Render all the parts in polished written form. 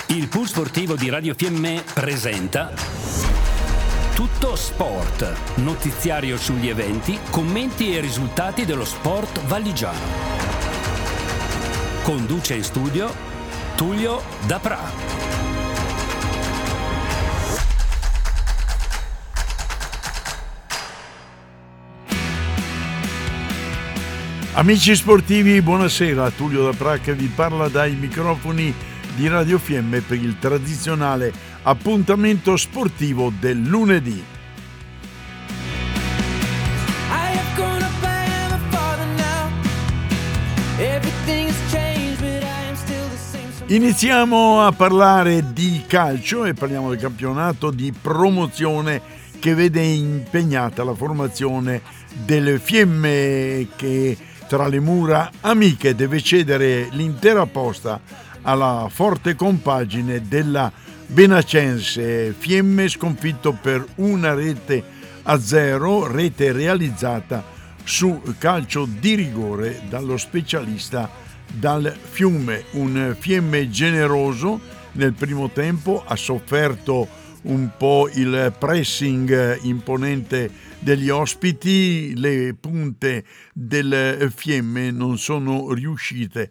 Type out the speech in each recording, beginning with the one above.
Il pool sportivo di Radio Fiemme presenta Tutto Sport, notiziario sugli eventi, commenti e risultati dello sport valligiano. Conduce in studio Tullio Dapra. Amici sportivi, buonasera. Tullio Dapra che vi parla dai microfoni di Radio Fiemme per il tradizionale appuntamento sportivo del lunedì. Iniziamo a parlare di calcio e parliamo del campionato di promozione che vede impegnata la formazione delle Fiemme, che tra le mura amiche deve cedere l'intera posta alla forte compagine della Benacense. Fiemme sconfitto per 1-0, rete realizzata su calcio di rigore dallo specialista dal Fiume. Un Fiemme generoso nel primo tempo, ha sofferto un po' il pressing imponente degli ospiti. Le punte del Fiemme non sono riuscite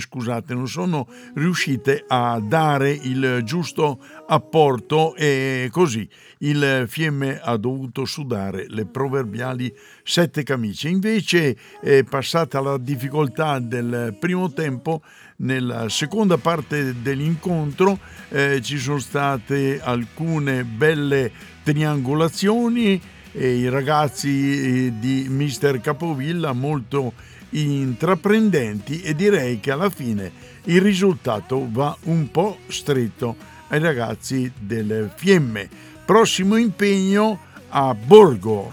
a dare il giusto apporto e così il Fiemme ha dovuto sudare le proverbiali 7 camicie. Invece, passata la difficoltà del primo tempo, nella seconda parte dell'incontro ci sono state alcune belle triangolazioni e i ragazzi di Mister Capovilla molto intraprendenti, e direi che alla fine il risultato va un po' stretto ai ragazzi del Fiemme. Prossimo impegno a Borgo.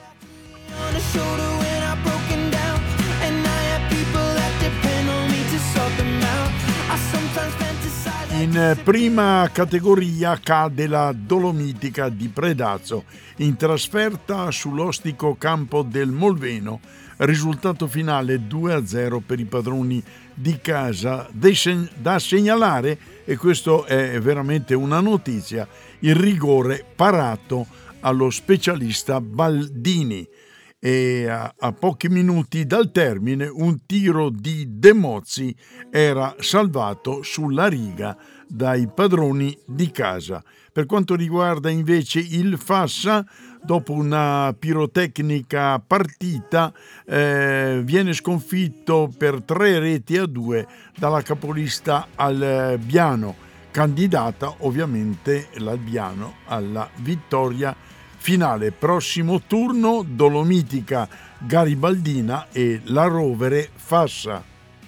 In prima categoria cade la Dolomitica di Predazzo in trasferta sull'ostico campo del Molveno. Risultato finale 2-0 per i padroni di casa. Da segnalare, e questo è veramente una notizia, il rigore parato allo specialista Baldini. E a pochi minuti dal termine un tiro di De Mozzi era salvato sulla riga dai padroni di casa. Per quanto riguarda invece il Fassa, dopo una pirotecnica partita viene sconfitto per 3-2 dalla capolista Albiano, candidata ovviamente l'Albiano alla vittoria finale. Prossimo turno Dolomitica Garibaldina e la Rovere Fassa.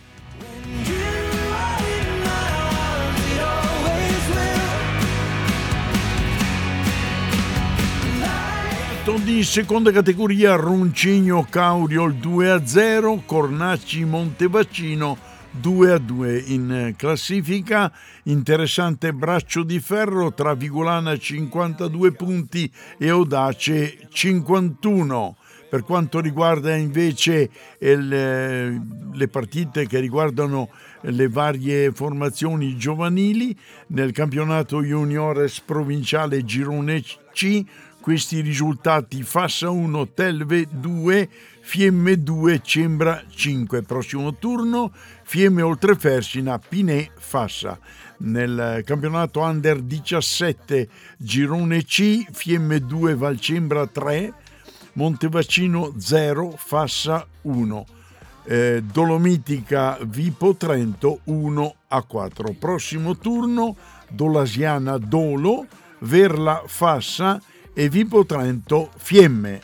Di seconda categoria Roncigno Cauriol 2-0, Cornacci Montevaccino 2-2 in classifica. Interessante braccio di ferro tra Vigolana 52 punti e Audace 51. Per quanto riguarda invece le partite che riguardano le varie formazioni giovanili, nel campionato juniores provinciale Girone C, questi risultati: Fassa 1, Telve 2, Fiemme 2, Cembra 5. Prossimo turno Fiemme Oltrefersina, Pinè Fassa. Nel campionato Under 17 Girone C, Fiemme 2, Valcembra 3, Montevaccino 0, Fassa 1. Dolomitica Vipo Trento 1-4. Prossimo turno Dolasiana Dolo, Verla Fassa e Vipo Trento Fiemme.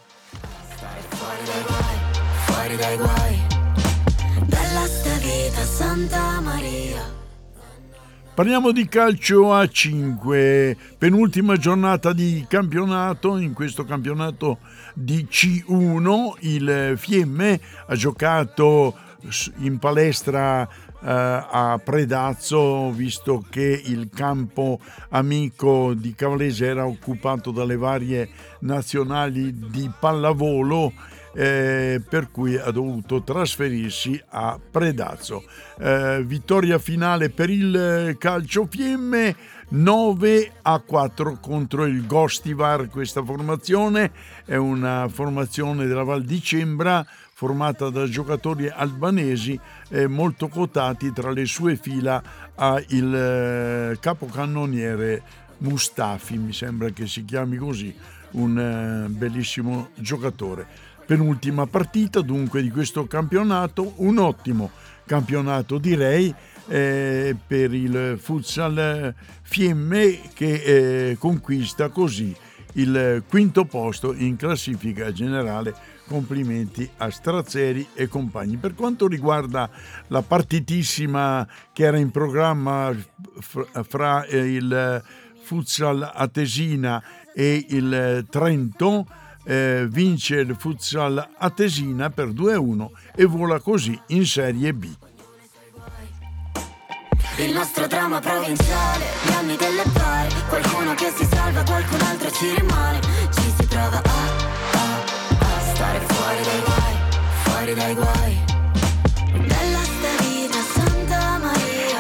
Fuori dai guai, bella sta vita Santa Maria. Parliamo di calcio a 5, penultima giornata di campionato. In questo campionato di C1 il Fiemme ha giocato in palestra a Predazzo, visto che il campo amico di Cavallese era occupato dalle varie nazionali di pallavolo. per cui ha dovuto trasferirsi a Predazzo. Vittoria finale per il Calcio Fiemme, 9-4 contro il Gostivar. Questa formazione è una formazione della Val di Cembra formata da giocatori albanesi molto quotati. Tra le sue fila ha il capocannoniere Mustafi, mi sembra che si chiami così, un bellissimo giocatore. Penultima partita dunque di questo campionato, un ottimo campionato direi per il Futsal Fiemme, che conquista così il quinto posto in classifica generale. Complimenti a Strazzeri e compagni. Per quanto riguarda la partitissima che era in programma fra il Futsal Atesina e il Trento, vince il Futsal Atesina per 2-1 e vola così in Serie B. Il nostro dramma provinciale, gli anni delle pari, qualcuno che si salva, qualcun altro ci rimane, ci si trova a stare fuori dai guai, fuori dai guai. Bella sta vita, Santa Maria,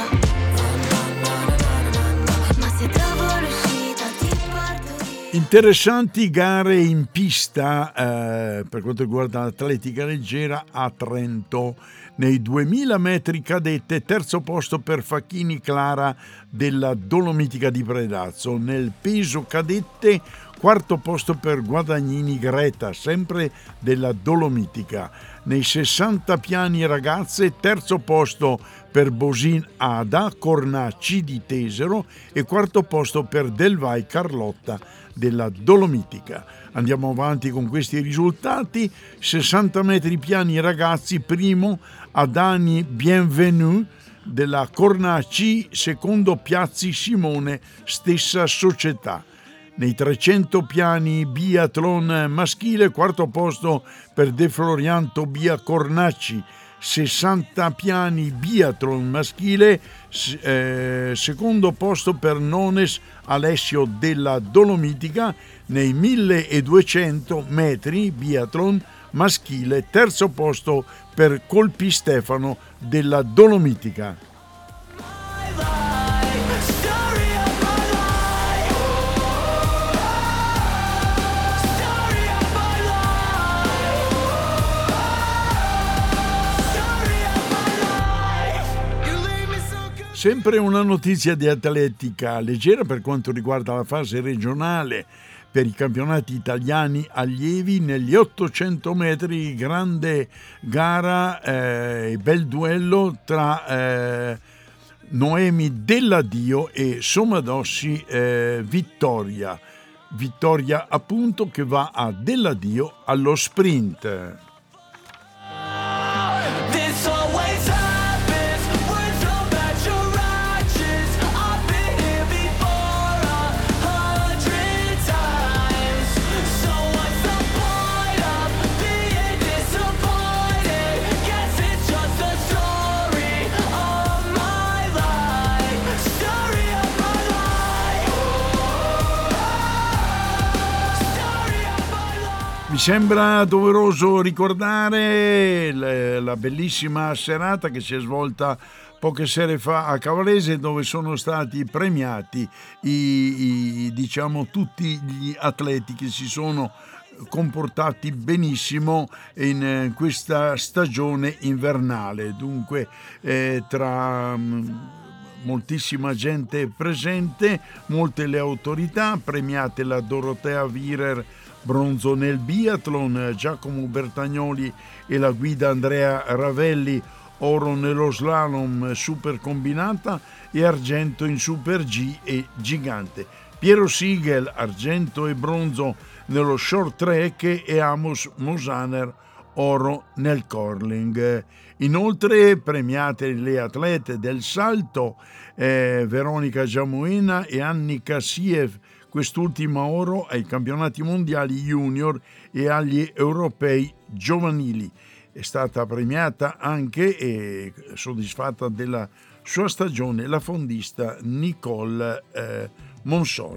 ma se trovo l'uscita ti porto via. Interessanti gare in pista per quanto riguarda l'atletica leggera a Trento. Nei 2000 metri cadette, terzo posto per Facchini Clara della Dolomitica di Predazzo. Nel peso cadette, quarto posto per Guadagnini Greta, sempre della Dolomitica. Nei 60 piani ragazze, terzo posto per Bosin Ada, Cornacci di Tesero, e quarto posto per Delvai Carlotta della Dolomitica. Andiamo avanti con questi risultati. 60 metri piani ragazzi, primo Adani Bienvenu della Cornacci, secondo Piazzi Simone, stessa società. Nei 300 piani biathlon maschile, quarto posto per De Florian Tobia Cornacci. 60 piani biathlon maschile, secondo posto per Nones Alessio della Dolomitica. Nei 1200 metri biathlon maschile, terzo posto per Colpi Stefano della Dolomitica. Sempre una notizia di atletica leggera per quanto riguarda la fase regionale per i campionati italiani allievi. Negli 800 metri, grande gara e bel duello tra Noemi Delladio e Somadossi Vittoria appunto, che va a Delladio allo sprint. Mi sembra doveroso ricordare la bellissima serata che si è svolta poche sere fa a Cavalese, dove sono stati premiati diciamo tutti gli atleti che si sono comportati benissimo in questa stagione invernale. Dunque tra moltissima gente presente, molte le autorità premiate: la Dorotea Virer, bronzo nel biathlon, Giacomo Bertagnoli e la guida Andrea Ravelli, oro nello slalom super combinata e argento in super G e gigante, Piero Siegel, argento e bronzo nello short track, e Amos Mosaner, oro nel curling. Inoltre premiate le atlete del salto Veronica Giamuena e Anni Kassiev, quest'ultima oro ai campionati mondiali junior e agli europei giovanili. È stata premiata anche e soddisfatta della sua stagione la fondista Nicole Monsono.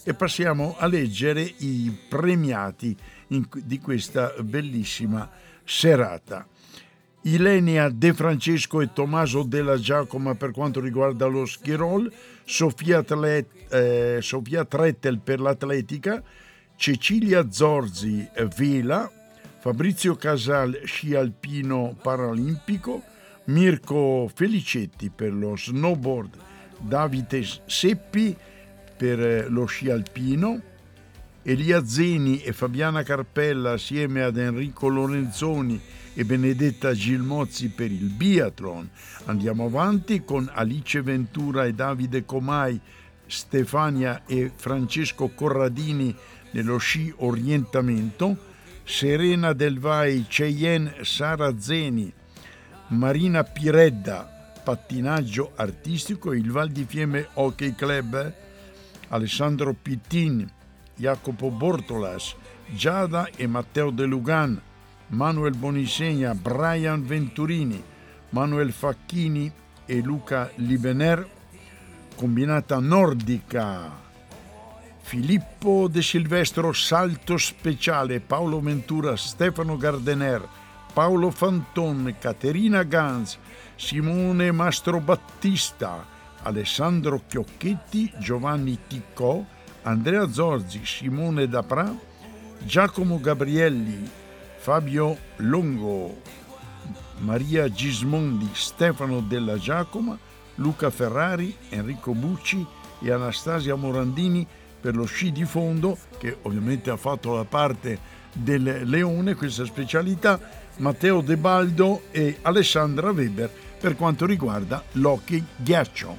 e passiamo a leggere i premiati di questa bellissima serata. Ilenia De Francesco e Tommaso Della Giacoma per quanto riguarda lo ski roll, Sofia Trettel per l'atletica, Cecilia Zorzi vela, Fabrizio Casal sci alpino paralimpico, Mirko Felicetti per lo snowboard, Davide Seppi per lo sci alpino, Elia Zeni e Fabiana Carpella assieme ad Enrico Lorenzoni e Benedetta Gilmozzi per il biathlon. Andiamo avanti con Alice Ventura e Davide Comai, Stefania e Francesco Corradini nello sci orientamento, Serena Del Vai, Cheyenne Sarazzeni, Marina Piredda, pattinaggio artistico, il Val di Fiemme Hockey Club, Alessandro Pittin, Jacopo Bortolas, Giada e Matteo De Lugan, Manuel Bonisegna, Brian Venturini, Manuel Facchini e Luca Libener, combinata nordica, Filippo De Silvestro salto speciale, Paolo Ventura, Stefano Gardener, Paolo Fanton, Caterina Ganz, Simone Mastrobattista, Alessandro Chiocchetti, Giovanni Ticcò, Andrea Zorzi, Simone Dapra, Giacomo Gabrielli, Fabio Longo, Maria Gismondi, Stefano Della Giacoma, Luca Ferrari, Enrico Bucci e Anastasia Morandini per lo sci di fondo, che ovviamente ha fatto la parte del leone, questa specialità, Matteo De Baldo e Alessandra Weber per quanto riguarda l'hockey ghiaccio.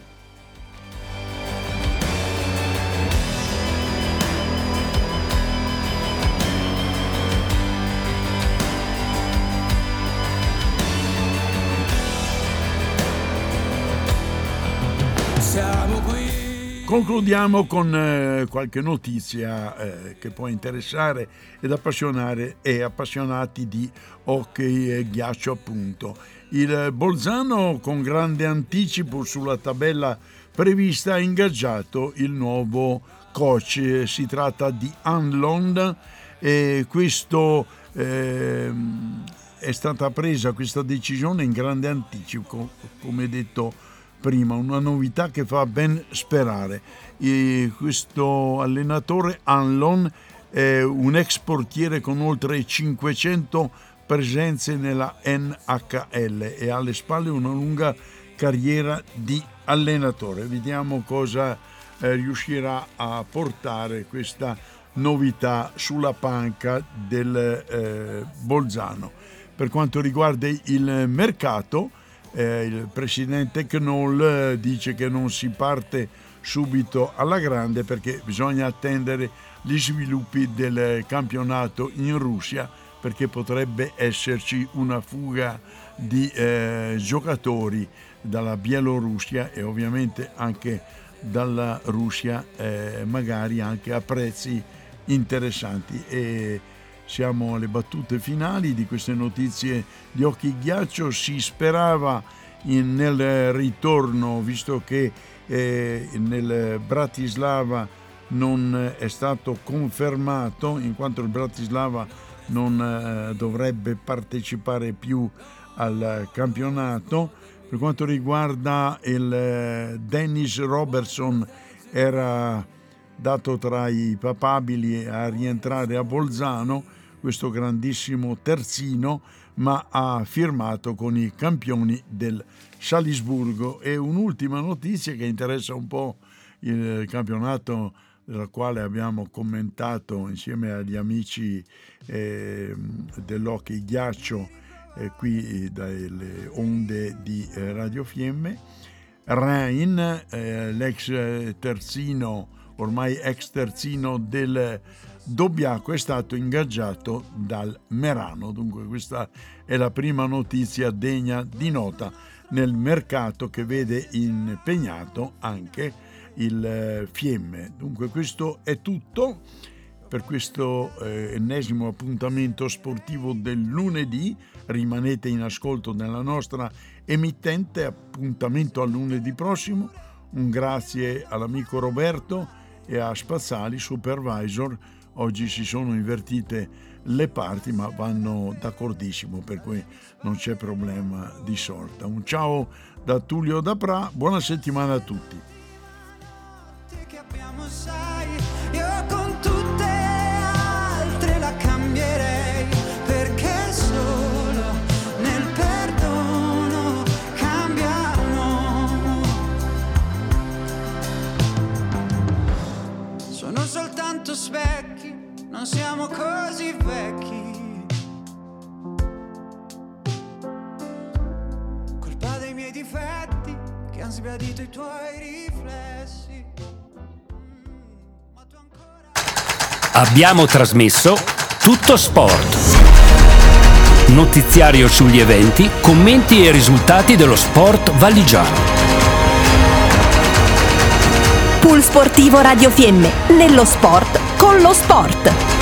Concludiamo con qualche notizia che può interessare ed appassionare e appassionati di hockey e ghiaccio appunto. Il Bolzano con grande anticipo sulla tabella prevista ha ingaggiato il nuovo coach, si tratta di Anlond e questo è stata presa questa decisione in grande anticipo, come detto prima, una novità che fa ben sperare. Questo allenatore Anlon è un ex portiere con oltre 500 presenze nella NHL e ha alle spalle una lunga carriera di allenatore. Vediamo cosa riuscirà a portare questa novità sulla panca del Bolzano. Per quanto riguarda il mercato, il presidente Knoll dice che non si parte subito alla grande perché bisogna attendere gli sviluppi del campionato in Russia, perché potrebbe esserci una fuga di giocatori dalla Bielorussia e ovviamente anche dalla Russia, magari anche a prezzi interessanti. E siamo alle battute finali di queste notizie di hockey ghiaccio. Si sperava nel ritorno, visto che nel Bratislava non è stato confermato, in quanto il Bratislava non dovrebbe partecipare più al campionato. Per quanto riguarda il Dennis Robertson, era dato tra i papabili a rientrare a Bolzano, questo grandissimo terzino, ma ha firmato con i campioni del Salisburgo. E un'ultima notizia che interessa un po' il campionato, della quale abbiamo commentato insieme agli amici dell'hockey ghiaccio qui dalle onde di Radio Fiemme. Rein, l'ex terzino, ormai ex terzino del Dobbiaco, è stato ingaggiato dal Merano. Dunque questa è la prima notizia degna di nota nel mercato, che vede impegnato anche il Fiemme. Dunque questo è tutto per questo ennesimo appuntamento sportivo del lunedì. Rimanete in ascolto nella nostra emittente. Appuntamento al lunedì prossimo. Un grazie all'amico Roberto e a Spazzali, supervisor. Oggi si sono invertite le parti, ma vanno d'accordissimo, per cui non c'è problema di sorta. Un ciao da Tullio da Pra, buona settimana a tutti. Che abbiamo, sai, io con tutte altre la cambierei, perché solo nel perdono cambia l'uomo. Sono soltanto specchi, non siamo così vecchi. Colpa dei miei difetti che han sbiadito i tuoi riflessi. Ma tu ancora... Abbiamo trasmesso Tutto Sport. Notiziario sugli eventi, commenti e risultati dello sport valigiano. Pool sportivo Radio Fiemme, nello sport con lo sport.